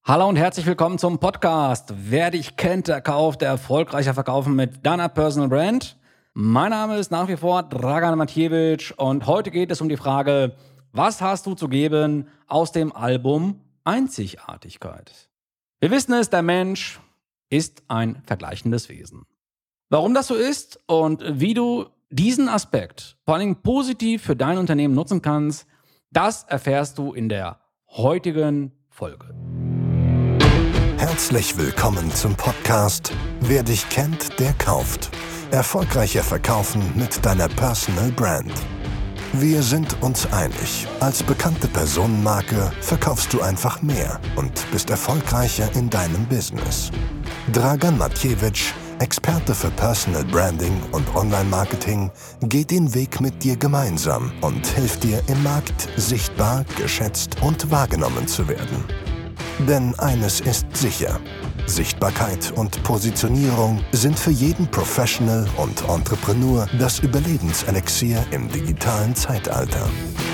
Hallo und herzlich willkommen zum Podcast. Wer dich kennt, der kauft, der erfolgreicher verkaufen mit deiner Personal Brand. Mein Name ist nach wie vor Dragan Matjewitsch und heute geht es um die Frage, was hast du zu geben aus dem Album Einzigartigkeit? Wir wissen es, der Mensch ist ein vergleichendes Wesen. Warum das so ist und wie du diesen Aspekt vor allem positiv für dein Unternehmen nutzen kannst, das erfährst du in der heutigen Folge. Herzlich willkommen zum Podcast Wer dich kennt, der kauft. Erfolgreicher verkaufen mit deiner Personal Brand. Wir sind uns einig, als bekannte Personenmarke verkaufst du einfach mehr und bist erfolgreicher in deinem Business. Dragan Matjewitsch, Experte für Personal Branding und Online-Marketing, geht den Weg mit dir gemeinsam und hilft dir im Markt sichtbar, geschätzt und wahrgenommen zu werden. Denn eines ist sicher: Sichtbarkeit und Positionierung sind für jeden Professional und Entrepreneur das Überlebenselixier im digitalen Zeitalter.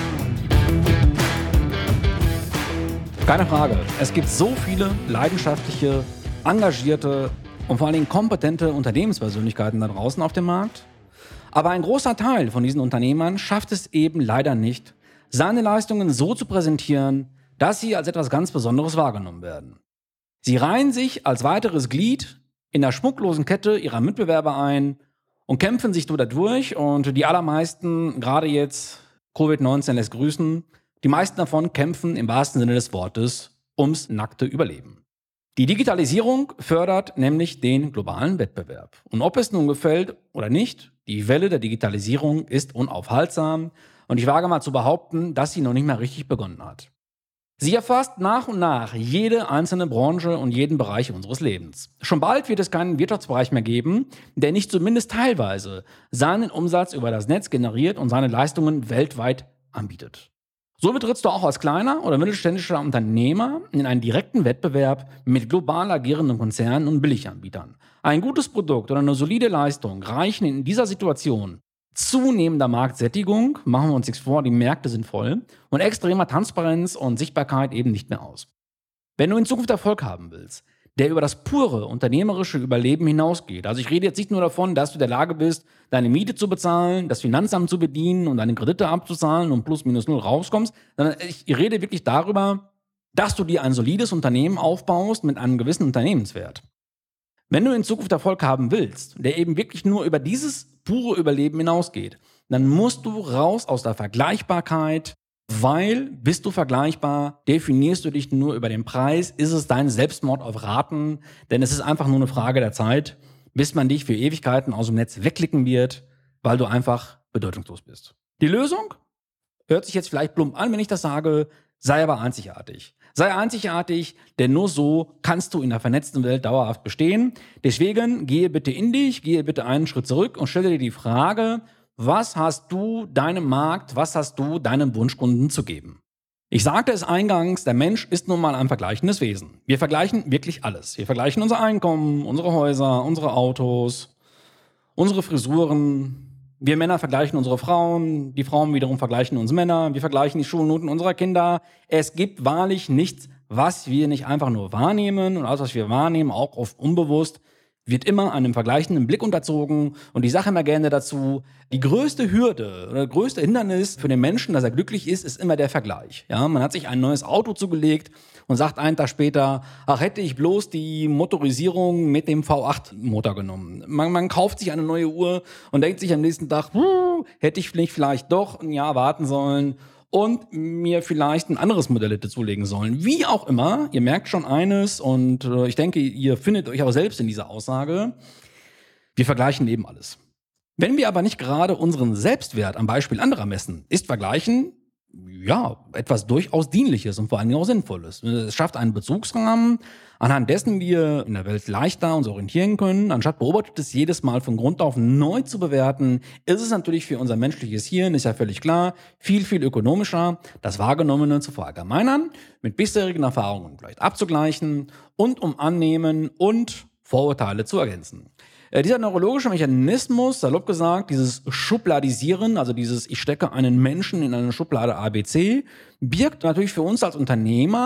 Keine Frage, es gibt so viele leidenschaftliche, engagierte und vor allen Dingen kompetente Unternehmenspersönlichkeiten da draußen auf dem Markt. Aber ein großer Teil von diesen Unternehmern schafft es eben leider nicht, seine Leistungen so zu präsentieren, dass sie als etwas ganz Besonderes wahrgenommen werden. Sie reihen sich als weiteres Glied in der schmucklosen Kette ihrer Mitbewerber ein und kämpfen sich dadurch, und die allermeisten, gerade jetzt Covid-19 lässt grüßen, die meisten davon kämpfen im wahrsten Sinne des Wortes ums nackte Überleben. Die Digitalisierung fördert nämlich den globalen Wettbewerb. Und ob es nun gefällt oder nicht, die Welle der Digitalisierung ist unaufhaltsam und ich wage mal zu behaupten, dass sie noch nicht mehr richtig begonnen hat. Sie erfasst nach und nach jede einzelne Branche und jeden Bereich unseres Lebens. Schon bald wird es keinen Wirtschaftsbereich mehr geben, der nicht zumindest teilweise seinen Umsatz über das Netz generiert und seine Leistungen weltweit anbietet. So betrittst du auch als kleiner oder mittelständischer Unternehmer in einen direkten Wettbewerb mit global agierenden Konzernen und Billiganbietern. Ein gutes Produkt oder eine solide Leistung reichen in dieser Situation zunehmender Marktsättigung, machen wir uns nichts vor, die Märkte sind voll, und extremer Transparenz und Sichtbarkeit eben nicht mehr aus. Wenn du in Zukunft Erfolg haben willst, der über das pure unternehmerische Überleben hinausgeht, also ich rede jetzt nicht nur davon, dass du in der Lage bist, deine Miete zu bezahlen, das Finanzamt zu bedienen und deine Kredite abzuzahlen und plus minus null rauskommst, sondern ich rede wirklich darüber, dass du dir ein solides Unternehmen aufbaust mit einem gewissen Unternehmenswert. Wenn du in Zukunft Erfolg haben willst, der eben wirklich nur über dieses pure Überleben hinausgeht, dann musst du raus aus der Vergleichbarkeit, weil bist du vergleichbar, definierst du dich nur über den Preis, ist es dein Selbstmord auf Raten, denn es ist einfach nur eine Frage der Zeit, bis man dich für Ewigkeiten aus dem Netz wegklicken wird, weil du einfach bedeutungslos bist. Die Lösung? Hört sich jetzt vielleicht plump an, wenn ich das sage, sei aber einzigartig. Sei einzigartig, denn nur so kannst du in der vernetzten Welt dauerhaft bestehen. Deswegen gehe bitte in dich, gehe bitte einen Schritt zurück und stelle dir die Frage, was hast du deinem Markt, was hast du deinem Wunschkunden zu geben? Ich sagte es eingangs, der Mensch ist nun mal ein vergleichendes Wesen. Wir vergleichen wirklich alles. Wir vergleichen unser Einkommen, unsere Häuser, unsere Autos, unsere Frisuren. Wir Männer vergleichen unsere Frauen, die Frauen wiederum vergleichen uns Männer, wir vergleichen die Schulnoten unserer Kinder. Es gibt wahrlich nichts, was wir nicht einfach nur wahrnehmen, und alles, was wir wahrnehmen, auch oft unbewusst, wird immer einem vergleichenden Blick unterzogen, und die Sache immer gerne dazu, die größte Hürde oder größte Hindernis für den Menschen, dass er glücklich ist immer der Vergleich. Ja, man hat sich ein neues Auto zugelegt und sagt einen Tag später, ach, hätte ich bloß die Motorisierung mit dem V8-Motor genommen. Man kauft sich eine neue Uhr und denkt sich am nächsten Tag, hätte ich vielleicht doch ein Jahr warten sollen und mir vielleicht ein anderes Modell hätte zulegen sollen. Wie auch immer, ihr merkt schon eines, und ich denke, ihr findet euch auch selbst in dieser Aussage, wir vergleichen eben alles. Wenn wir aber nicht gerade unseren Selbstwert am Beispiel anderer messen, ist Vergleichen ja etwas durchaus Dienliches und vor allen Dingen auch Sinnvolles. Es schafft einen Bezugsrahmen, anhand dessen wir in der Welt leichter uns orientieren können. Anstatt Beobachtetes jedes Mal von Grund auf neu zu bewerten, ist es natürlich für unser menschliches Hirn, ist ja völlig klar, viel, viel ökonomischer, das Wahrgenommene zu verallgemeinern, mit bisherigen Erfahrungen vielleicht abzugleichen und um Annehmen und Vorurteile zu ergänzen. Dieser neurologische Mechanismus, salopp gesagt, dieses Schubladisieren, also dieses ich stecke einen Menschen in eine Schublade ABC, birgt natürlich für uns als Unternehmer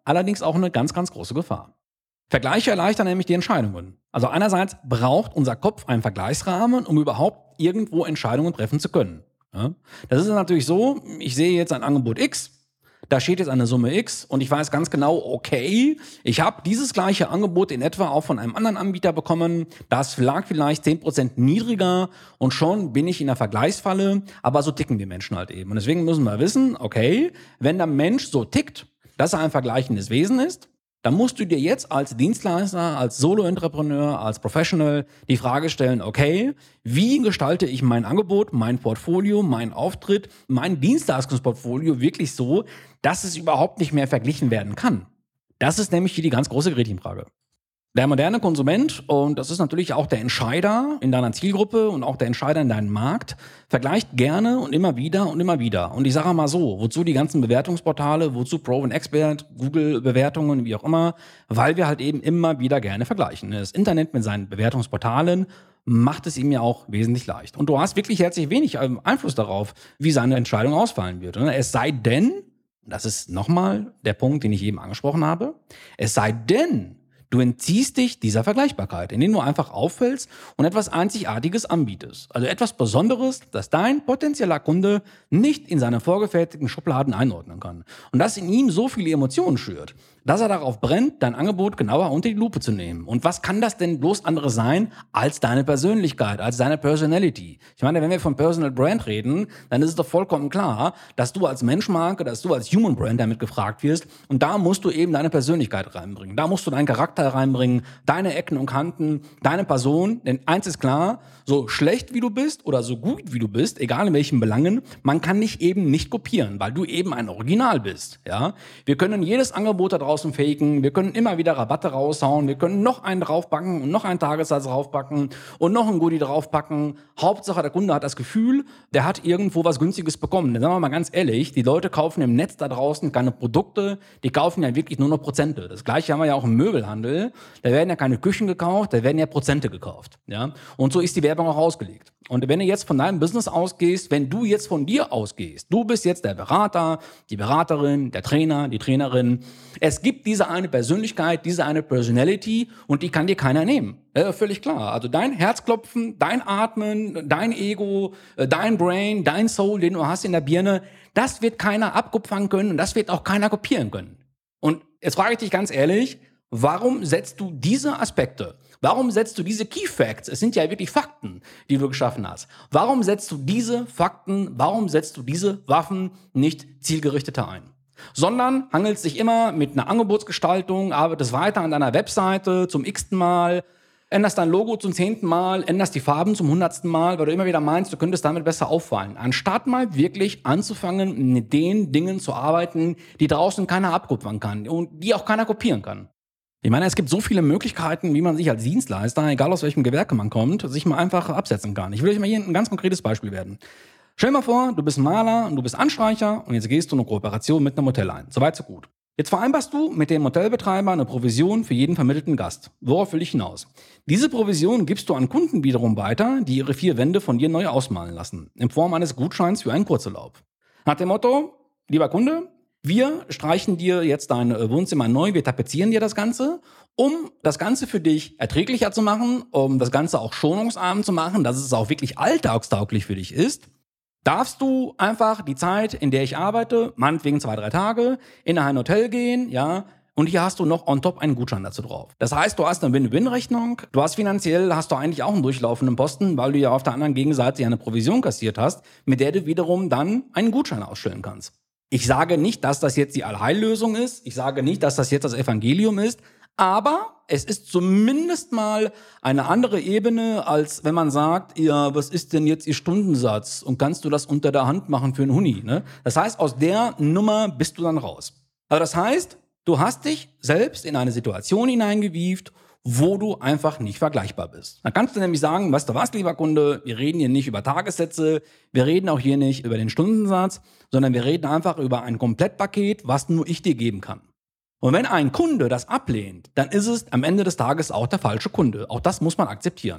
allerdings auch eine ganz, ganz große Gefahr. Vergleiche erleichtern nämlich die Entscheidungen. Also einerseits braucht unser Kopf einen Vergleichsrahmen, um überhaupt irgendwo Entscheidungen treffen zu können. Ja? Das ist natürlich so, ich sehe jetzt ein Angebot X, da steht jetzt eine Summe X und ich weiß ganz genau, okay, ich habe dieses gleiche Angebot in etwa auch von einem anderen Anbieter bekommen, das lag vielleicht 10% niedriger und schon bin ich in der Vergleichsfalle, aber so ticken wir Menschen halt eben. Und deswegen müssen wir wissen, okay, wenn der Mensch so tickt, dass er ein vergleichendes Wesen ist, dann musst du dir jetzt als Dienstleister, als Solo-Entrepreneur, als Professional die Frage stellen, okay, wie gestalte ich mein Angebot, mein Portfolio, meinen Auftritt, mein Dienstleistungsportfolio wirklich so, dass es überhaupt nicht mehr verglichen werden kann? Das ist nämlich hier die ganz große Gretchenfrage. Der moderne Konsument, und das ist natürlich auch der Entscheider in deiner Zielgruppe und auch der Entscheider in deinem Markt, vergleicht gerne und immer wieder und immer wieder. Und ich sage mal so, wozu die ganzen Bewertungsportale, wozu Pro und Expert, Google-Bewertungen, wie auch immer, weil wir halt eben immer wieder gerne vergleichen. Das Internet mit seinen Bewertungsportalen macht es ihm ja auch wesentlich leicht. Und du hast wirklich herzlich wenig Einfluss darauf, wie seine Entscheidung ausfallen wird. Es sei denn, das ist nochmal der Punkt, den ich eben angesprochen habe, es sei denn, du entziehst dich dieser Vergleichbarkeit, indem du einfach auffällst und etwas Einzigartiges anbietest. Also etwas Besonderes, das dein potenzieller Kunde nicht in seine vorgefertigten Schubladen einordnen kann. Und das in ihm so viele Emotionen schürt, dass er darauf brennt, dein Angebot genauer unter die Lupe zu nehmen. Und was kann das denn bloß anderes sein als deine Persönlichkeit, als deine Personality? Ich meine, wenn wir von Personal Brand reden, dann ist es doch vollkommen klar, dass du als Menschmarke, dass du als Human Brand damit gefragt wirst. Und da musst du eben deine Persönlichkeit reinbringen. Da musst du deinen Charakter reinbringen, deine Ecken und Kanten, deine Person. Denn eins ist klar, so schlecht wie du bist oder so gut wie du bist, egal in welchen Belangen, man kann dich eben nicht kopieren, weil du eben ein Original bist. Ja? Wir können jedes Angebot da draußen faken, wir können immer wieder Rabatte raushauen, wir können noch einen draufpacken und noch einen Tagessatz draufpacken und noch ein Goodie draufpacken. Hauptsache, der Kunde hat das Gefühl, der hat irgendwo was Günstiges bekommen. Denn sagen wir mal ganz ehrlich, die Leute kaufen im Netz da draußen keine Produkte, die kaufen ja wirklich nur noch Prozente. Das Gleiche haben wir ja auch im Möbelhandel. Da werden ja keine Küchen gekauft, da werden ja Prozente gekauft. Ja? Und so ist die Werbung auch ausgelegt. Und wenn du jetzt von deinem Business ausgehst, wenn du jetzt von dir ausgehst, du bist jetzt der Berater, die Beraterin, der Trainer, die Trainerin. Es gibt diese eine Persönlichkeit, diese eine Personality und die kann dir keiner nehmen. Völlig klar. Also dein Herzklopfen, dein Atmen, dein Ego, dein Brain, dein Soul, den du hast in der Birne, das wird keiner abkupfern können und das wird auch keiner kopieren können. Und jetzt frage ich dich ganz ehrlich, warum setzt du diese Aspekte, warum setzt du diese Key Facts, es sind ja wirklich Fakten, die du geschaffen hast, warum setzt du diese Fakten, warum setzt du diese Waffen nicht zielgerichteter ein? Sondern hangelst dich immer mit einer Angebotsgestaltung, arbeitest weiter an deiner Webseite zum x-ten Mal, änderst dein Logo zum 10. Mal, änderst die Farben zum 100. Mal, weil du immer wieder meinst, du könntest damit besser auffallen. Anstatt mal wirklich anzufangen, mit den Dingen zu arbeiten, die draußen keiner abkupfern kann und die auch keiner kopieren kann. Ich meine, es gibt so viele Möglichkeiten, wie man sich als Dienstleister, egal aus welchem Gewerke man kommt, sich mal einfach absetzen kann. Ich will euch mal hier ein ganz konkretes Beispiel werden. Stell dir mal vor, du bist Maler und du bist Anstreicher und jetzt gehst du eine Kooperation mit einem Hotel ein. Soweit, so gut. Jetzt vereinbarst du mit dem Hotelbetreiber eine Provision für jeden vermittelten Gast. Worauf will ich hinaus? Diese Provision gibst du an Kunden wiederum weiter, die ihre 4 Wände von dir neu ausmalen lassen. In Form eines Gutscheins für einen Kurzurlaub. Nach dem Motto, lieber Kunde, wir streichen dir jetzt dein Wohnzimmer neu, wir tapezieren dir das Ganze, um das Ganze für dich erträglicher zu machen, um das Ganze auch schonungsarm zu machen, dass es auch wirklich alltagstauglich für dich ist. Darfst du einfach die Zeit, in der ich arbeite, meinetwegen 2-3 Tage, in ein Hotel gehen, ja, und hier hast du noch on top einen Gutschein dazu drauf. Das heißt, du hast eine Win-Win-Rechnung, du hast finanziell, hast du eigentlich auch einen durchlaufenden Posten, weil du ja auf der anderen Gegenseite ja eine Provision kassiert hast, mit der du wiederum dann einen Gutschein ausstellen kannst. Ich sage nicht, dass das jetzt die Allheillösung ist, ich sage nicht, dass das jetzt das Evangelium ist, aber es ist zumindest mal eine andere Ebene, als wenn man sagt, ja, was ist denn jetzt Ihr Stundensatz und kannst du das unter der Hand machen für einen Huni? Ne? Das heißt, aus der Nummer bist du dann raus. Also das heißt, du hast dich selbst in eine Situation hineingewieft, wo du einfach nicht vergleichbar bist. Dann kannst du nämlich sagen, weißt du was, lieber Kunde, wir reden hier nicht über Tagessätze, wir reden auch hier nicht über den Stundensatz, sondern wir reden einfach über ein Komplettpaket, was nur ich dir geben kann. Und wenn ein Kunde das ablehnt, dann ist es am Ende des Tages auch der falsche Kunde. Auch das muss man akzeptieren.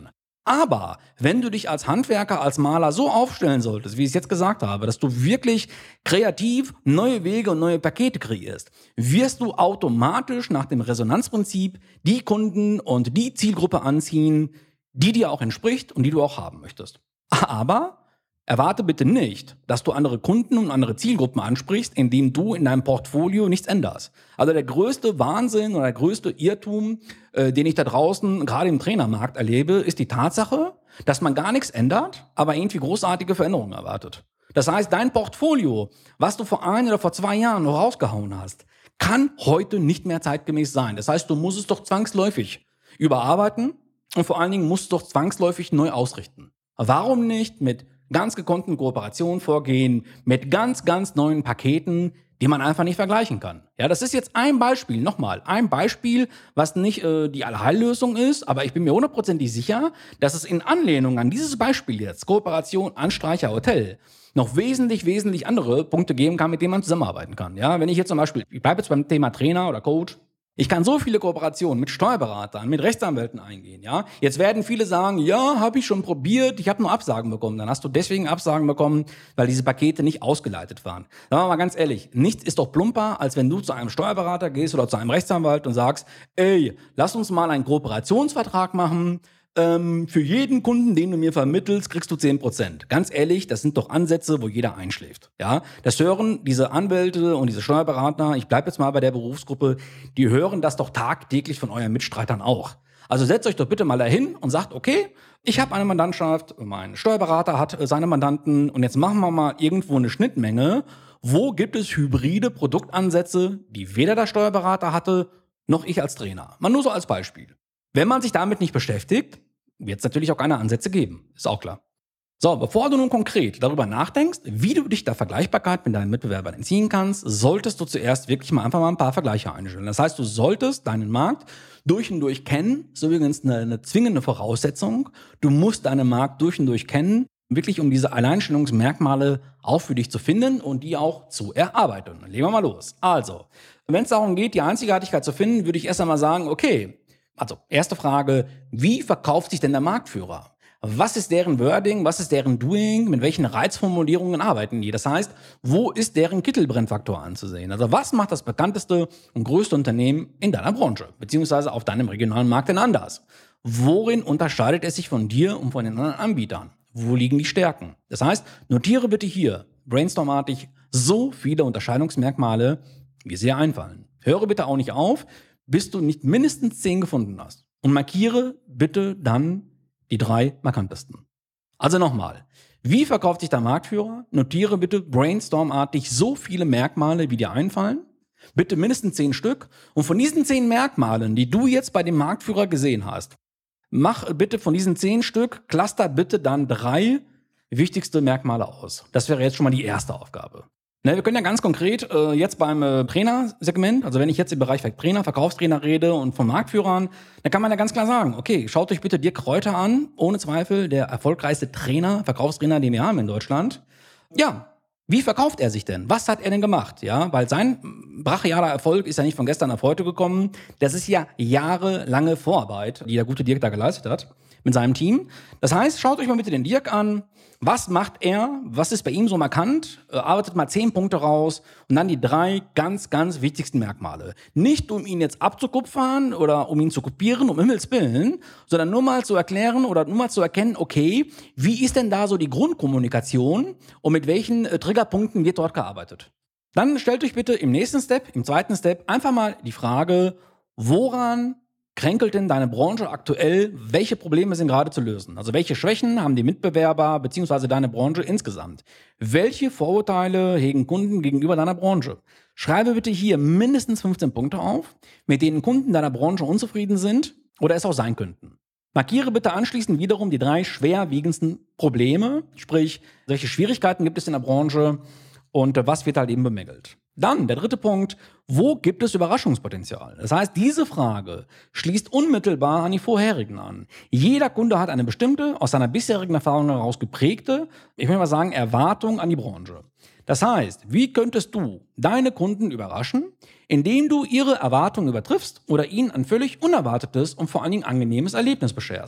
Aber wenn du dich als Handwerker, als Maler so aufstellen solltest, wie ich es jetzt gesagt habe, dass du wirklich kreativ neue Wege und neue Pakete kreierst, wirst du automatisch nach dem Resonanzprinzip die Kunden und die Zielgruppe anziehen, die dir auch entspricht und die du auch haben möchtest. Aber erwarte bitte nicht, dass du andere Kunden und andere Zielgruppen ansprichst, indem du in deinem Portfolio nichts änderst. Also der größte Wahnsinn oder der größte Irrtum, den ich da draußen gerade im Trainermarkt erlebe, ist die Tatsache, dass man gar nichts ändert, aber irgendwie großartige Veränderungen erwartet. Das heißt, dein Portfolio, was du vor 1 oder vor 2 Jahren noch rausgehauen hast, kann heute nicht mehr zeitgemäß sein. Das heißt, du musst es doch zwangsläufig überarbeiten und vor allen Dingen musst du es doch zwangsläufig neu ausrichten. Warum nicht mit ganz gekonnten Kooperationen vorgehen, mit ganz, ganz neuen Paketen, die man einfach nicht vergleichen kann. Ja, das ist jetzt ein Beispiel, nochmal, ein Beispiel, was nicht die Allheillösung ist, aber ich bin mir 100% sicher, dass es in Anlehnung an dieses Beispiel jetzt, Kooperation Anstreicher Hotel, noch wesentlich andere Punkte geben kann, mit denen man zusammenarbeiten kann. Ja, wenn ich jetzt zum Beispiel, ich bleibe jetzt beim Thema Trainer oder Coach, ich kann so viele Kooperationen mit Steuerberatern, mit Rechtsanwälten eingehen, ja. Jetzt werden viele sagen, ja, habe ich schon probiert, ich habe nur Absagen bekommen. Dann hast du deswegen Absagen bekommen, weil diese Pakete nicht ausgeleitet waren. Sagen wir mal ganz ehrlich, nichts ist doch plumper, als wenn du zu einem Steuerberater gehst oder zu einem Rechtsanwalt und sagst, ey, lass uns mal einen Kooperationsvertrag machen. Für jeden Kunden, den du mir vermittelst, kriegst du 10%. Ganz ehrlich, das sind doch Ansätze, wo jeder einschläft. Ja, das hören diese Anwälte und diese Steuerberater, ich bleibe jetzt mal bei der Berufsgruppe, die hören das doch tagtäglich von euren Mitstreitern auch. Also setzt euch doch bitte mal dahin und sagt, okay, ich habe eine Mandantschaft, mein Steuerberater hat seine Mandanten und jetzt machen wir mal irgendwo eine Schnittmenge. Wo gibt es hybride Produktansätze, die weder der Steuerberater hatte, noch ich als Trainer? Mal nur so als Beispiel. Wenn man sich damit nicht beschäftigt, wird es natürlich auch keine Ansätze geben. Ist auch klar. So, bevor du nun konkret darüber nachdenkst, wie du dich der Vergleichbarkeit mit deinen Mitbewerbern entziehen kannst, solltest du zuerst wirklich mal einfach mal ein paar Vergleiche einstellen. Das heißt, du solltest deinen Markt durch und durch kennen. Das ist übrigens eine zwingende Voraussetzung. Du musst deinen Markt durch und durch kennen, wirklich um diese Alleinstellungsmerkmale auch für dich zu finden und die auch zu erarbeiten. Dann legen wir mal los. Also, wenn es darum geht, die Einzigartigkeit zu finden, würde ich erst einmal sagen, okay, also, erste Frage, wie verkauft sich denn der Marktführer? Was ist deren Wording, was ist deren Doing, mit welchen Reizformulierungen arbeiten die? Das heißt, wo ist deren Kittelbrennfaktor anzusehen? Also, was macht das bekannteste und größte Unternehmen in deiner Branche, beziehungsweise auf deinem regionalen Markt denn anders? Worin unterscheidet es sich von dir und von den anderen Anbietern? Wo liegen die Stärken? Das heißt, notiere bitte hier, brainstormartig, so viele Unterscheidungsmerkmale, wie sie dir einfallen. Höre bitte auch nicht auf, bis du nicht mindestens 10 gefunden hast. Und markiere bitte dann die 3 markantesten. Also nochmal, wie verkauft sich der Marktführer? Notiere bitte brainstormartig so viele Merkmale, wie dir einfallen. Bitte mindestens 10 Stück. Und von diesen 10 Merkmalen, die du jetzt bei dem Marktführer gesehen hast, mach bitte von diesen 10 Stück, cluster bitte dann 3 wichtigste Merkmale aus. Das wäre jetzt schon mal die erste Aufgabe. Ne, wir können ja ganz konkret jetzt beim Trainersegment, also wenn ich jetzt im Bereich Trainer, Verkaufstrainer rede und von Marktführern, dann kann man ja ganz klar sagen, okay, schaut euch bitte Dirk Kräuter an, ohne Zweifel der erfolgreichste Trainer, Verkaufstrainer, den wir haben in Deutschland. Ja, wie verkauft er sich denn? Was hat er denn gemacht? Ja, weil sein brachialer Erfolg ist ja nicht von gestern auf heute gekommen. Das ist ja jahrelange Vorarbeit, die der gute Dirk da geleistet hat mit seinem Team. Das heißt, schaut euch mal bitte den Dirk an. Was macht er? Was ist bei ihm so markant? Arbeitet mal 10 Punkte raus und dann die 3 ganz, ganz wichtigsten Merkmale. Nicht, um ihn jetzt abzukupfern oder um ihn zu kopieren, um Himmels Willen, sondern nur mal zu erklären oder nur mal zu erkennen, okay, wie ist denn da so die Grundkommunikation und mit welchen Triggerpunkten wird dort gearbeitet? Dann stellt euch bitte im nächsten Step, im zweiten Step, einfach mal die Frage, woran kränkelt denn deine Branche aktuell? Welche Probleme sind gerade zu lösen? Also welche Schwächen haben die Mitbewerber bzw. deine Branche insgesamt? Welche Vorurteile hegen Kunden gegenüber deiner Branche? Schreibe bitte hier mindestens 15 Punkte auf, mit denen Kunden deiner Branche unzufrieden sind oder es auch sein könnten. Markiere bitte anschließend wiederum die 3 schwerwiegendsten Probleme, sprich, welche Schwierigkeiten gibt es in der Branche und was wird halt eben bemängelt. Dann, der dritte Punkt, wo gibt es Überraschungspotenzial? Das heißt, diese Frage schließt unmittelbar an die vorherigen an. Jeder Kunde hat eine bestimmte, aus seiner bisherigen Erfahrung heraus geprägte, ich will mal sagen, Erwartung an die Branche. Das heißt, wie könntest du deine Kunden überraschen, indem du ihre Erwartungen übertriffst oder ihnen ein völlig unerwartetes und vor allen Dingen angenehmes Erlebnis bescherst?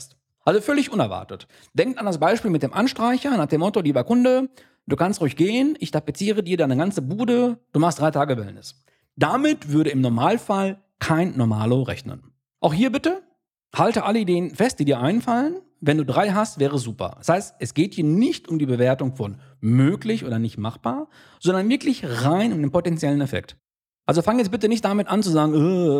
Also völlig unerwartet. Denkt an das Beispiel mit dem Anstreicher, nach dem Motto, lieber Kunde, du kannst ruhig gehen, ich tapeziere dir deine ganze Bude, du machst 3 Tage Wellness. Damit würde im Normalfall kein Normalo rechnen. Auch hier bitte, halte alle Ideen fest, die dir einfallen. Wenn du 3 hast, wäre super. Das heißt, es geht hier nicht um die Bewertung von möglich oder nicht machbar, sondern wirklich rein um den potenziellen Effekt. Also fang jetzt bitte nicht damit an zu sagen,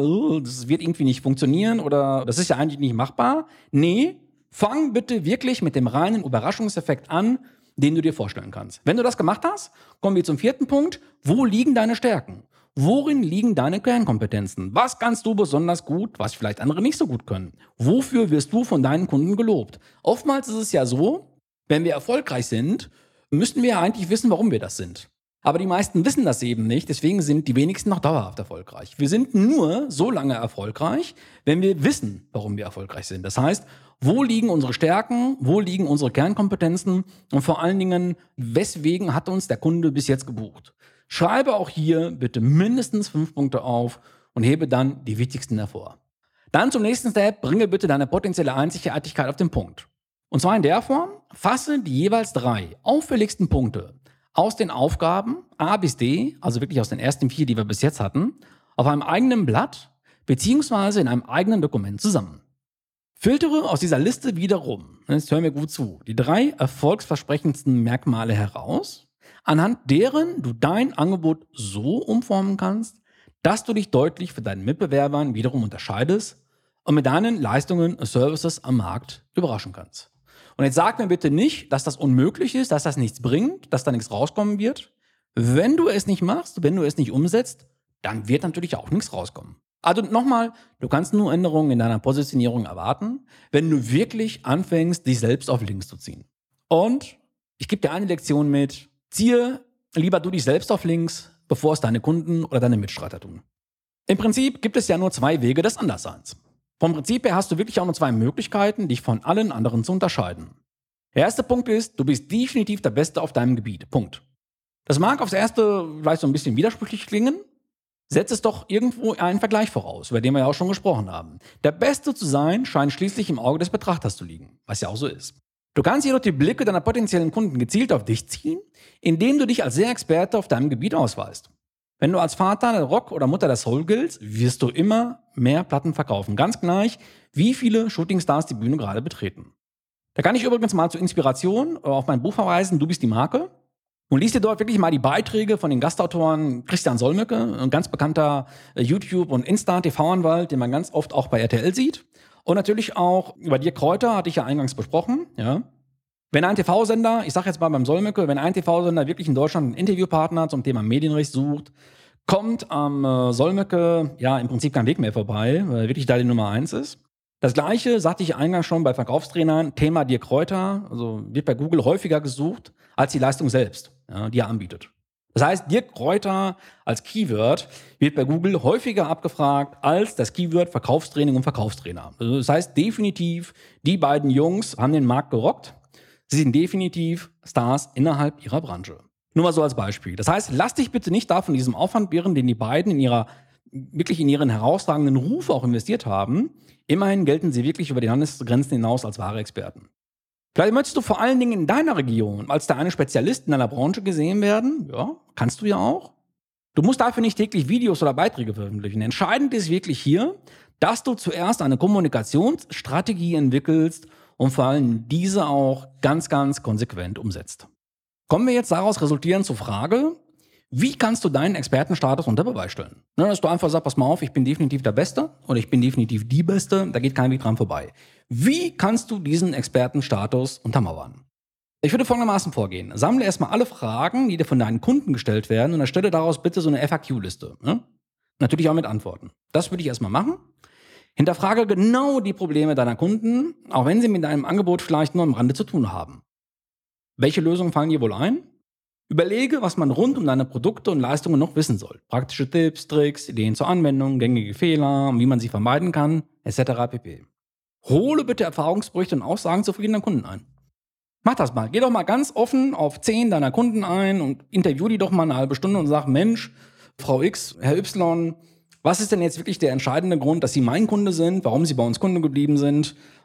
das wird irgendwie nicht funktionieren oder das ist ja eigentlich nicht machbar. Nee, fang bitte wirklich mit dem reinen Überraschungseffekt an, den du dir vorstellen kannst. Wenn du das gemacht hast, kommen wir zum 4. Punkt. Wo liegen deine Stärken? Worin liegen deine Kernkompetenzen? Was kannst du besonders gut, was vielleicht andere nicht so gut können? Wofür wirst du von deinen Kunden gelobt? Oftmals ist es ja so, wenn wir erfolgreich sind, müssten wir ja eigentlich wissen, warum wir das sind. Aber die meisten wissen das eben nicht, deswegen sind die wenigsten noch dauerhaft erfolgreich. Wir sind nur so lange erfolgreich, wenn wir wissen, warum wir erfolgreich sind. Das heißt, wo liegen unsere Stärken, wo liegen unsere Kernkompetenzen und vor allen Dingen, weswegen hat uns der Kunde bis jetzt gebucht? Schreibe auch hier bitte mindestens 5 Punkte auf und hebe dann die wichtigsten hervor. Dann zum nächsten Step, bringe bitte deine potenzielle Einzigartigkeit auf den Punkt. Und zwar in der Form, fasse die jeweils 3 auffälligsten Punkte aus den Aufgaben A bis D, also wirklich aus den ersten 4, die wir bis jetzt hatten, auf einem eigenen Blatt beziehungsweise in einem eigenen Dokument zusammen. Filtere aus dieser Liste wiederum, jetzt hör mir gut zu, die 3 erfolgsversprechendsten Merkmale heraus, anhand deren du dein Angebot so umformen kannst, dass du dich deutlich von deinen Mitbewerbern wiederum unterscheidest und mit deinen Leistungen und Services am Markt überraschen kannst. Und jetzt sag mir bitte nicht, dass das unmöglich ist, dass das nichts bringt, dass da nichts rauskommen wird. Wenn du es nicht machst, wenn du es nicht umsetzt, dann wird natürlich auch nichts rauskommen. Also nochmal, du kannst nur Änderungen in deiner Positionierung erwarten, wenn du wirklich anfängst, dich selbst auf links zu ziehen. Und ich gebe dir eine Lektion mit, ziehe lieber du dich selbst auf links, bevor es deine Kunden oder deine Mitstreiter tun. Im Prinzip gibt es ja nur 2 Wege des Andersseins. Vom Prinzip her hast du wirklich auch nur 2 Möglichkeiten, dich von allen anderen zu unterscheiden. Der erste Punkt ist, du bist definitiv der Beste auf deinem Gebiet. Punkt. Das mag aufs Erste vielleicht so ein bisschen widersprüchlich klingen. Setz es doch irgendwo einen Vergleich voraus, über den wir ja auch schon gesprochen haben. Der Beste zu sein, scheint schließlich im Auge des Betrachters zu liegen, was ja auch so ist. Du kannst jedoch die Blicke deiner potenziellen Kunden gezielt auf dich ziehen, indem du dich als sehr Experte auf deinem Gebiet ausweist. Wenn du als Vater der Rock oder Mutter der Soul giltst, wirst du immer mehr Platten verkaufen. Ganz gleich, wie viele Shootingstars die Bühne gerade betreten. Da kann ich übrigens mal zur Inspiration auf mein Buch verweisen, Du bist die Marke. Und liest dir dort wirklich mal die Beiträge von den Gastautoren Christian Solmecke, ein ganz bekannter YouTube- und Insta-TV-Anwalt, den man ganz oft auch bei RTL sieht. Und natürlich auch über Dirk Kräuter, hatte ich ja eingangs besprochen. Ja. Wenn ein TV-Sender, ich sage jetzt mal beim Solmecke, wenn ein TV-Sender wirklich in Deutschland einen Interviewpartner zum Thema Medienrecht sucht, kommt am Solmecke ja im Prinzip kein Weg mehr vorbei, weil er wirklich da die Nummer 1 ist. Das Gleiche sagte ich eingangs schon bei Verkaufstrainern, Thema Dirk Kräuter, also wird bei Google häufiger gesucht als die Leistung selbst, ja, die er anbietet. Das heißt, Dirk Kräuter als Keyword wird bei Google häufiger abgefragt als das Keyword Verkaufstraining und Verkaufstrainer. Also das heißt definitiv, die beiden Jungs haben den Markt gerockt. Sie sind definitiv Stars innerhalb ihrer Branche. Nur mal so als Beispiel. Das heißt, lass dich bitte nicht da von diesem Aufwand beirren, den die beiden in ihren herausragenden Ruf auch investiert haben. Immerhin gelten sie wirklich über die Landesgrenzen hinaus als wahre Experten. Vielleicht möchtest du vor allen Dingen in deiner Region als der eine Spezialist in deiner Branche gesehen werden. Ja, kannst du ja auch. Du musst dafür nicht täglich Videos oder Beiträge veröffentlichen. Entscheidend ist wirklich hier, dass du zuerst eine Kommunikationsstrategie entwickelst und vor allem diese auch ganz, ganz konsequent umsetzt. Kommen wir jetzt daraus resultierend zur Frage, wie kannst du deinen Expertenstatus unter Beweis stellen? Dass du einfach sagst, pass mal auf, ich bin definitiv der Beste oder ich bin definitiv die Beste, da geht kein Weg dran vorbei. Wie kannst du diesen Expertenstatus untermauern? Ich würde folgendermaßen vorgehen. Sammle erstmal alle Fragen, die dir von deinen Kunden gestellt werden und erstelle daraus bitte so eine FAQ-Liste. Natürlich auch mit Antworten. Das würde ich erstmal machen. Hinterfrage genau die Probleme deiner Kunden, auch wenn sie mit deinem Angebot vielleicht nur am Rande zu tun haben. Welche Lösungen fallen dir wohl ein? Überlege, was man rund um deine Produkte und Leistungen noch wissen soll. Praktische Tipps, Tricks, Ideen zur Anwendung, gängige Fehler, wie man sie vermeiden kann, etc. pp. Hole bitte Erfahrungsberichte und Aussagen zufriedener Kunden ein. Mach das mal. Geh doch mal ganz offen auf 10 deiner Kunden ein und interview die doch mal eine halbe Stunde und sag, Mensch, Frau X, Herr Y, was ist denn jetzt wirklich der entscheidende Grund, dass Sie mein Kunde sind, warum Sie bei uns Kunde geblieben sind?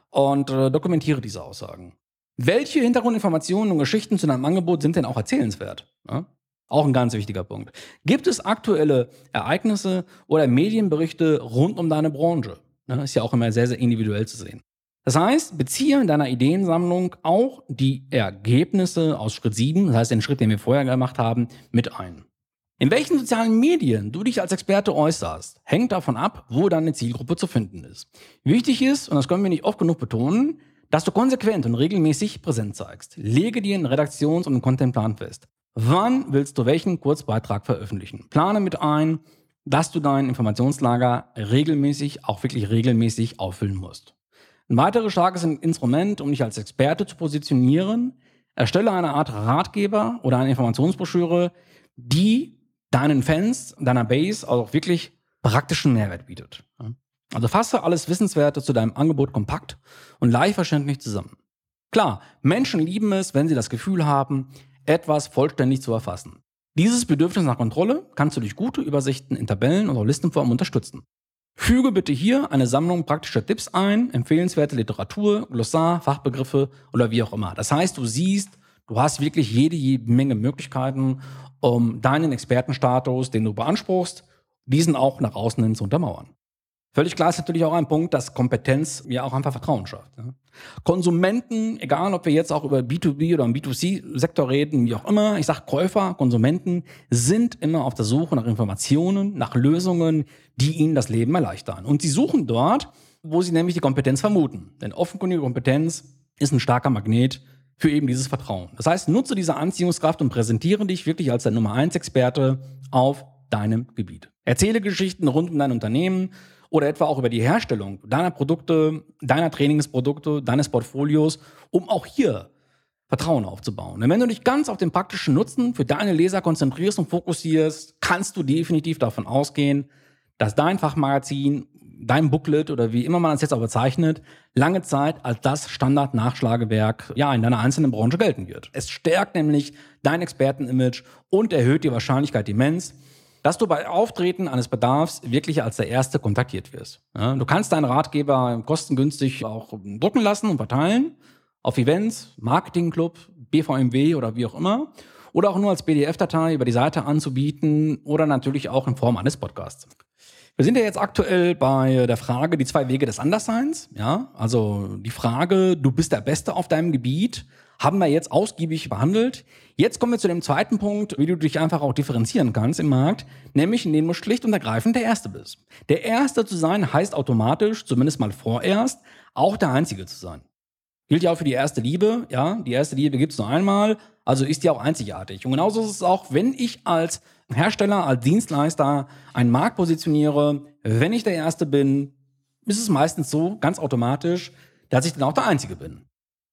und dokumentiere diese Aussagen. Welche Hintergrundinformationen und Geschichten zu deinem Angebot sind denn auch erzählenswert? Ja? Auch ein ganz wichtiger Punkt. Gibt es aktuelle Ereignisse oder Medienberichte rund um deine Branche? Ja, ist ja auch immer sehr, sehr individuell zu sehen. Das heißt, beziehe in deiner Ideensammlung auch die Ergebnisse aus Schritt 7, das heißt den Schritt, den wir vorher gemacht haben, mit ein. In welchen sozialen Medien du dich als Experte äußerst, hängt davon ab, wo deine Zielgruppe zu finden ist. Wichtig ist, und das können wir nicht oft genug betonen, dass du konsequent und regelmäßig präsent zeigst. Lege dir einen Redaktions- und einen Contentplan fest. Wann willst du welchen Kurzbeitrag veröffentlichen? Plane mit ein, dass du dein Informationslager wirklich regelmäßig auffüllen musst. Ein weiteres starkes Instrument, um dich als Experte zu positionieren, erstelle eine Art Ratgeber oder eine Informationsbroschüre, die deinen Fans, deiner Base auch wirklich praktischen Mehrwert bietet. Also fasse alles Wissenswerte zu deinem Angebot kompakt und leicht verständlich zusammen. Klar, Menschen lieben es, wenn sie das Gefühl haben, etwas vollständig zu erfassen. Dieses Bedürfnis nach Kontrolle kannst du durch gute Übersichten in Tabellen oder Listenformen unterstützen. Füge bitte hier eine Sammlung praktischer Tipps ein, empfehlenswerte Literatur, Glossar, Fachbegriffe oder wie auch immer. Das heißt, du siehst, du hast wirklich jede Menge Möglichkeiten, um deinen Expertenstatus, den du beanspruchst, diesen auch nach außen hin zu untermauern. Völlig klar ist natürlich auch ein Punkt, dass Kompetenz ja auch einfach Vertrauen schafft. Ja. Konsumenten, egal ob wir jetzt auch über B2B oder im B2C-Sektor reden, wie auch immer, ich sage Käufer, Konsumenten sind immer auf der Suche nach Informationen, nach Lösungen, die ihnen das Leben erleichtern. Und sie suchen dort, wo sie nämlich die Kompetenz vermuten. Denn offenkundige Kompetenz ist ein starker Magnet für eben dieses Vertrauen. Das heißt, nutze diese Anziehungskraft und präsentiere dich wirklich als der Nummer 1 Experte auf deinem Gebiet. Erzähle Geschichten rund um dein Unternehmen, oder etwa auch über die Herstellung deiner Produkte, deiner Trainingsprodukte, deines Portfolios, um auch hier Vertrauen aufzubauen. Denn wenn du dich ganz auf den praktischen Nutzen für deine Leser konzentrierst und fokussierst, kannst du definitiv davon ausgehen, dass dein Fachmagazin, dein Booklet oder wie immer man es jetzt auch bezeichnet, lange Zeit als das Standard-Nachschlagewerk in deiner einzelnen Branche gelten wird. Es stärkt nämlich dein Expertenimage und erhöht die Wahrscheinlichkeit immens, dass du bei Auftreten eines Bedarfs wirklich als der Erste kontaktiert wirst. Ja, du kannst deinen Ratgeber kostengünstig auch drucken lassen und verteilen auf Events, Marketingclub, BVMW oder wie auch immer. Oder auch nur als PDF-Datei über die Seite anzubieten oder natürlich auch in Form eines Podcasts. Wir sind ja jetzt aktuell bei der Frage, die 2 Wege des Andersseins. Ja, also die Frage, du bist der Beste auf deinem Gebiet, haben wir jetzt ausgiebig behandelt. Jetzt kommen wir zu dem zweiten Punkt, wie du dich einfach auch differenzieren kannst im Markt, nämlich indem du schlicht und ergreifend der Erste bist. Der Erste zu sein heißt automatisch, zumindest mal vorerst, auch der Einzige zu sein. Gilt ja auch für die erste Liebe, ja, die erste Liebe gibt's nur einmal, also ist die auch einzigartig. Und genauso ist es auch, wenn ich als Hersteller, als Dienstleister einen Markt positioniere, wenn ich der Erste bin, ist es meistens so, ganz automatisch, dass ich dann auch der Einzige bin.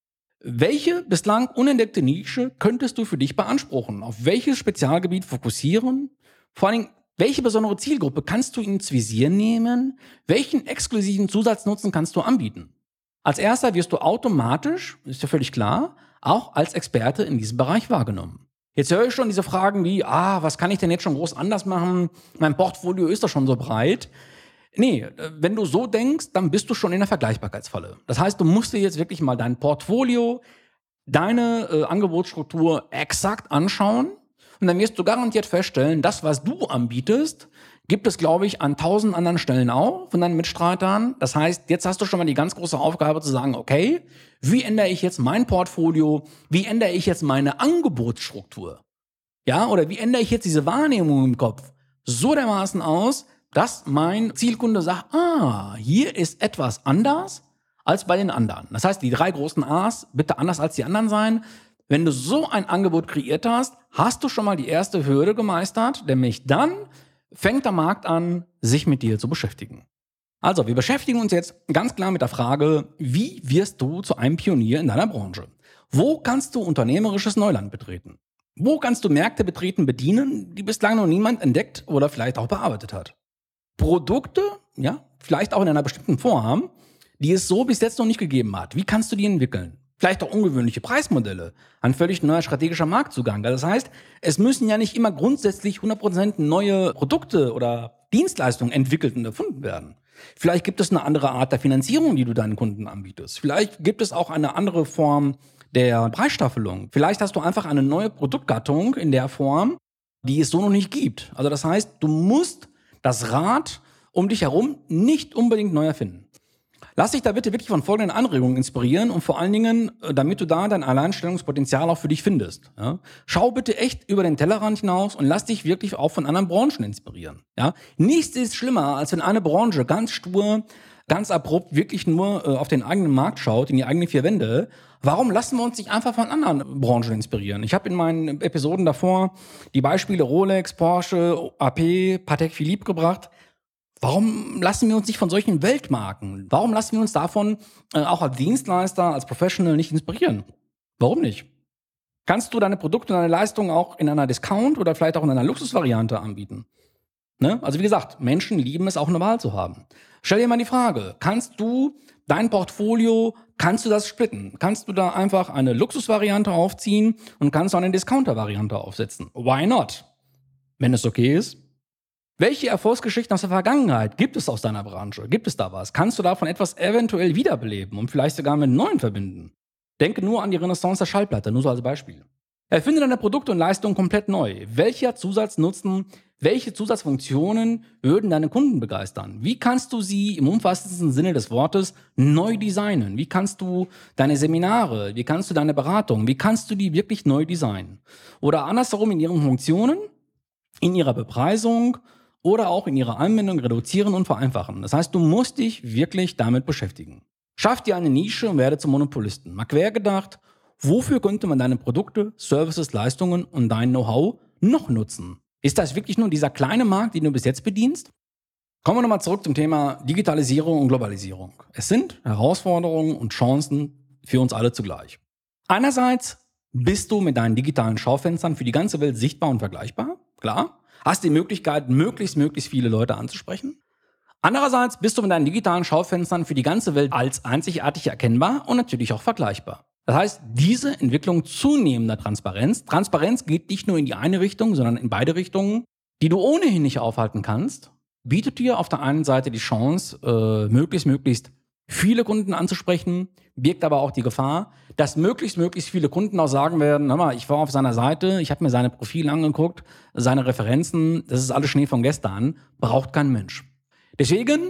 Welche bislang unentdeckte Nische könntest du für dich beanspruchen? Auf welches Spezialgebiet fokussieren? Vor allen Dingen, welche besondere Zielgruppe kannst du ins Visier nehmen? Welchen exklusiven Zusatznutzen kannst du anbieten? Als Erster wirst du automatisch, ist ja völlig klar, auch als Experte in diesem Bereich wahrgenommen. Jetzt höre ich schon diese Fragen wie, was kann ich denn jetzt schon groß anders machen? Mein Portfolio ist doch schon so breit. Nee, wenn du so denkst, dann bist du schon in der Vergleichbarkeitsfalle. Das heißt, du musst dir jetzt wirklich mal dein Portfolio, deine Angebotsstruktur exakt anschauen und dann wirst du garantiert feststellen, das, was du anbietest, gibt es, glaube ich, an 1000 anderen Stellen auch von deinen Mitstreitern. Das heißt, jetzt hast du schon mal die ganz große Aufgabe zu sagen, okay, wie ändere ich jetzt mein Portfolio? Wie ändere ich jetzt meine Angebotsstruktur? Ja, oder wie ändere ich jetzt diese Wahrnehmung im Kopf so dermaßen aus, dass mein Zielkunde sagt, hier ist etwas anders als bei den anderen. Das heißt, die 3 großen A's bitte anders als die anderen sein. Wenn du so ein Angebot kreiert hast, hast du schon mal die erste Hürde gemeistert, nämlich dann fängt der Markt an, sich mit dir zu beschäftigen. Also, wir beschäftigen uns jetzt ganz klar mit der Frage, wie wirst du zu einem Pionier in deiner Branche? Wo kannst du unternehmerisches Neuland betreten? Wo kannst du Märkte bedienen, die bislang noch niemand entdeckt oder vielleicht auch bearbeitet hat? Produkte, vielleicht auch in einer bestimmten Form, die es so bis jetzt noch nicht gegeben hat. Wie kannst du die entwickeln? Vielleicht auch ungewöhnliche Preismodelle, ein völlig neuer strategischer Marktzugang. Das heißt, es müssen ja nicht immer grundsätzlich 100% neue Produkte oder Dienstleistungen entwickelt und erfunden werden. Vielleicht gibt es eine andere Art der Finanzierung, die du deinen Kunden anbietest. Vielleicht gibt es auch eine andere Form der Preisstaffelung. Vielleicht hast du einfach eine neue Produktgattung in der Form, die es so noch nicht gibt. Also das heißt, du musst das Rad um dich herum nicht unbedingt neu erfinden. Lass dich da bitte wirklich von folgenden Anregungen inspirieren und vor allen Dingen, damit du da dein Alleinstellungspotenzial auch für dich findest. Ja? Schau bitte echt über den Tellerrand hinaus und lass dich wirklich auch von anderen Branchen inspirieren. Ja? Nichts ist schlimmer, als wenn eine Branche ganz stur, ganz abrupt wirklich nur auf den eigenen Markt schaut, in die eigenen vier Wände. Warum lassen wir uns nicht einfach von anderen Branchen inspirieren? Ich habe in meinen Episoden davor die Beispiele Rolex, Porsche, AP, Patek Philippe gebracht. Warum lassen wir uns nicht von solchen Weltmarken? Warum lassen wir uns davon auch als Dienstleister, als Professional nicht inspirieren? Warum nicht? Kannst du deine Produkte und deine Leistungen auch in einer Discount oder vielleicht auch in einer Luxusvariante anbieten? Ne? Also wie gesagt, Menschen lieben es auch eine Wahl zu haben. Stell dir mal die Frage, kannst du dein Portfolio, kannst du das splitten? Kannst du da einfach eine Luxusvariante aufziehen und kannst du eine Discounter-Variante aufsetzen? Why not? Wenn es okay ist. Welche Erfolgsgeschichten aus der Vergangenheit gibt es aus deiner Branche? Gibt es da was? Kannst du davon etwas eventuell wiederbeleben und vielleicht sogar mit neuen verbinden? Denke nur an die Renaissance der Schallplatte, nur so als Beispiel. Erfinde deine Produkte und Leistungen komplett neu. Welcher Zusatznutzen, welche Zusatzfunktionen würden deine Kunden begeistern? Wie kannst du sie im umfassendsten Sinne des Wortes neu designen? Wie kannst du deine Seminare, wie kannst du deine Beratung, wie kannst du die wirklich neu designen? Oder andersherum in ihren Funktionen, in ihrer Bepreisung oder auch in ihrer Anwendung reduzieren und vereinfachen. Das heißt, du musst dich wirklich damit beschäftigen. Schaff dir eine Nische und werde zum Monopolisten. Mal quer gedacht, wofür könnte man deine Produkte, Services, Leistungen und dein Know-how noch nutzen? Ist das wirklich nur dieser kleine Markt, den du bis jetzt bedienst? Kommen wir nochmal zurück zum Thema Digitalisierung und Globalisierung. Es sind Herausforderungen und Chancen für uns alle zugleich. Einerseits bist du mit deinen digitalen Schaufenstern für die ganze Welt sichtbar und vergleichbar, klar. Hast die Möglichkeit, möglichst viele Leute anzusprechen. Andererseits bist du mit deinen digitalen Schaufenstern für die ganze Welt als einzigartig erkennbar und natürlich auch vergleichbar. Das heißt, diese Entwicklung zunehmender Transparenz geht nicht nur in die eine Richtung, sondern in beide Richtungen, die du ohnehin nicht aufhalten kannst, bietet dir auf der einen Seite die Chance, möglichst viele Kunden anzusprechen, birgt aber auch die Gefahr, dass möglichst viele Kunden auch sagen werden, hör mal, ich war auf seiner Seite, ich habe mir seine Profile angeguckt, seine Referenzen, das ist alles Schnee von gestern, braucht kein Mensch. Deswegen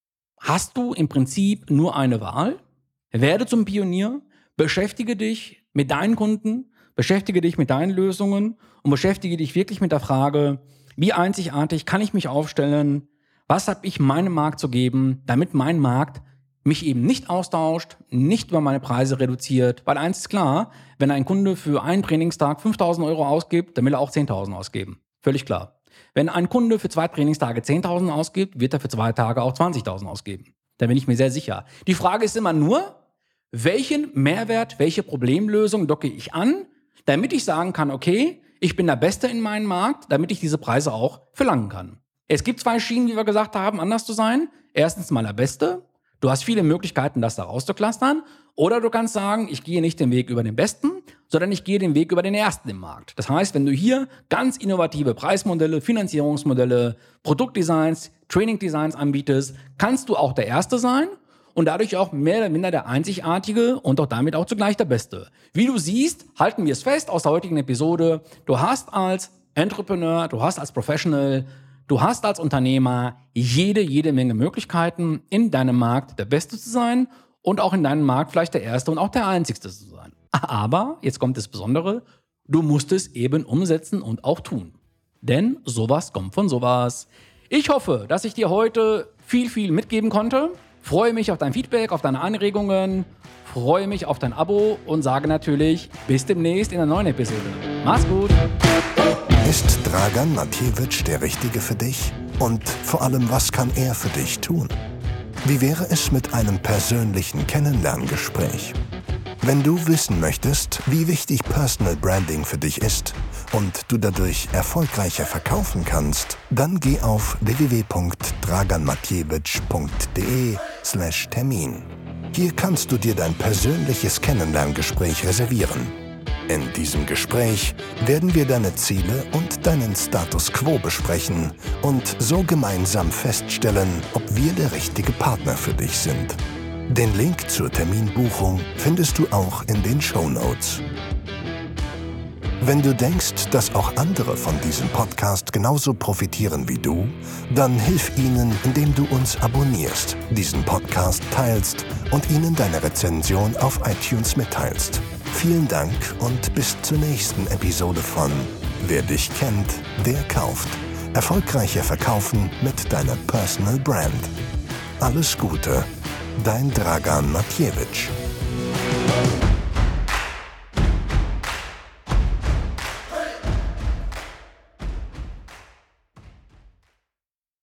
hast du im Prinzip nur eine Wahl, werde zum Pionier, beschäftige dich mit deinen Kunden, beschäftige dich mit deinen Lösungen und beschäftige dich wirklich mit der Frage, wie einzigartig kann ich mich aufstellen, was habe ich meinem Markt zu geben, damit mein Markt mich eben nicht austauscht, nicht über meine Preise reduziert, weil eins ist klar, wenn ein Kunde für einen Trainingstag 5.000 € ausgibt, dann will er auch 10.000 ausgeben. Völlig klar. Wenn ein Kunde für 2 Trainingstage 10.000 ausgibt, wird er für 2 Tage auch 20.000 ausgeben. Da bin ich mir sehr sicher. Die Frage ist immer nur, welchen Mehrwert, welche Problemlösung docke ich an, damit ich sagen kann, okay, ich bin der Beste in meinem Markt, damit ich diese Preise auch verlangen kann. Es gibt 2 Schienen, wie wir gesagt haben, anders zu sein. Erstens mal der Beste. Du hast viele Möglichkeiten, das da rauszuklustern. Oder du kannst sagen, ich gehe nicht den Weg über den Besten, sondern ich gehe den Weg über den Ersten im Markt. Das heißt, wenn du hier ganz innovative Preismodelle, Finanzierungsmodelle, Produktdesigns, Trainingdesigns anbietest, kannst du auch der Erste sein und dadurch auch mehr oder minder der Einzigartige und auch damit auch zugleich der Beste. Wie du siehst, halten wir es fest aus der heutigen Episode, du hast als Entrepreneur, du hast als Professional, du hast als Unternehmer jede Menge Möglichkeiten, in deinem Markt der Beste zu sein und auch in deinem Markt vielleicht der Erste und auch der Einzigste zu sein. Aber, jetzt kommt das Besondere, du musst es eben umsetzen und auch tun. Denn sowas kommt von sowas. Ich hoffe, dass ich dir heute viel mitgeben konnte. Freue mich auf dein Feedback, auf deine Anregungen, freue mich auf dein Abo und sage natürlich bis demnächst in einer neuen Episode. Mach's gut! Ist Dragan Matjewitsch der Richtige für dich? Und vor allem, was kann er für dich tun? Wie wäre es mit einem persönlichen Kennenlerngespräch? Wenn du wissen möchtest, wie wichtig Personal Branding für dich ist und du dadurch erfolgreicher verkaufen kannst, dann geh auf www.draganmatjewitsch.de/Termin. Hier kannst du dir dein persönliches Kennenlerngespräch reservieren. In diesem Gespräch werden wir deine Ziele und deinen Status quo besprechen und so gemeinsam feststellen, ob wir der richtige Partner für dich sind. Den Link zur Terminbuchung findest du auch in den Shownotes. Wenn du denkst, dass auch andere von diesem Podcast genauso profitieren wie du, dann hilf ihnen, indem du uns abonnierst, diesen Podcast teilst und ihnen deine Rezension auf iTunes mitteilst. Vielen Dank und bis zur nächsten Episode von Wer dich kennt, der kauft. Erfolgreicher verkaufen mit deiner Personal Brand. Alles Gute, dein Dragan Matjewitsch.